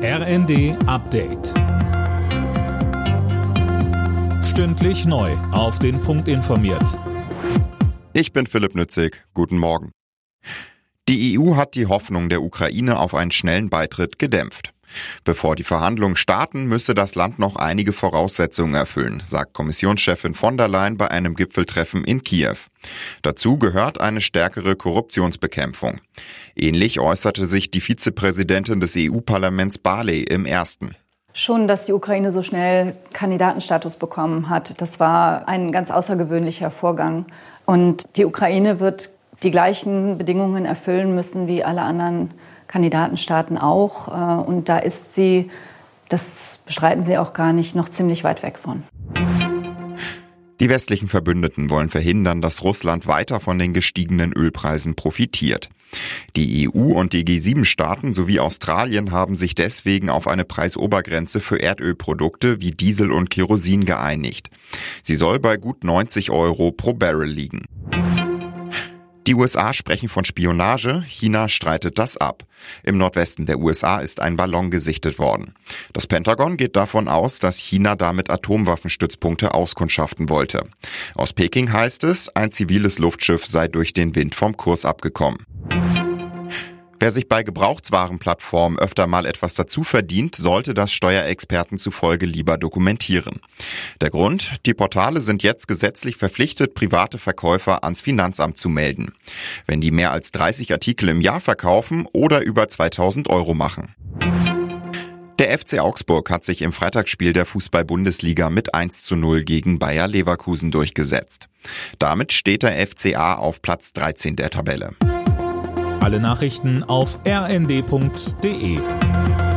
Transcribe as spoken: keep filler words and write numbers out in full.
R N D Update. Stündlich neu auf den Punkt informiert. Ich bin Philipp Nützig. Guten Morgen. Die E U hat die Hoffnung der Ukraine auf einen schnellen Beitritt gedämpft. Bevor die Verhandlungen starten, müsse das Land noch einige Voraussetzungen erfüllen, sagt Kommissionschefin von der Leyen bei einem Gipfeltreffen in Kiew. Dazu gehört eine stärkere Korruptionsbekämpfung. Ähnlich äußerte sich die Vizepräsidentin des E U-Parlaments Barley im ersten. Schon, dass die Ukraine so schnell Kandidatenstatus bekommen hat, das war ein ganz außergewöhnlicher Vorgang. Und die Ukraine wird die gleichen Bedingungen erfüllen müssen wie alle anderen Kandidatenstaaten auch. Und da ist sie, das bestreiten sie auch gar nicht, noch ziemlich weit weg von. Die westlichen Verbündeten wollen verhindern, dass Russland weiter von den gestiegenen Ölpreisen profitiert. Die E U und die G sieben Staaten sowie Australien haben sich deswegen auf eine Preisobergrenze für Erdölprodukte wie Diesel und Kerosin geeinigt. Sie soll bei gut neunzig Euro pro Barrel liegen. Die U S A sprechen von Spionage, China streitet das ab. Im Nordwesten der U S A ist ein Ballon gesichtet worden. Das Pentagon geht davon aus, dass China damit Atomwaffenstützpunkte auskundschaften wollte. Aus Peking heißt es, ein ziviles Luftschiff sei durch den Wind vom Kurs abgekommen. Wer sich bei Gebrauchtwarenplattformen öfter mal etwas dazu verdient, sollte das Steuerexperten zufolge lieber dokumentieren. Der Grund? Die Portale sind jetzt gesetzlich verpflichtet, private Verkäufer ans Finanzamt zu melden, wenn die mehr als dreißig Artikel im Jahr verkaufen oder über zweitausend Euro machen. Der F C Augsburg hat sich im Freitagsspiel der Fußball-Bundesliga mit eins zu null gegen Bayer Leverkusen durchgesetzt. Damit steht der F C A auf Platz dreizehn der Tabelle. Alle Nachrichten auf r n d punkt d e.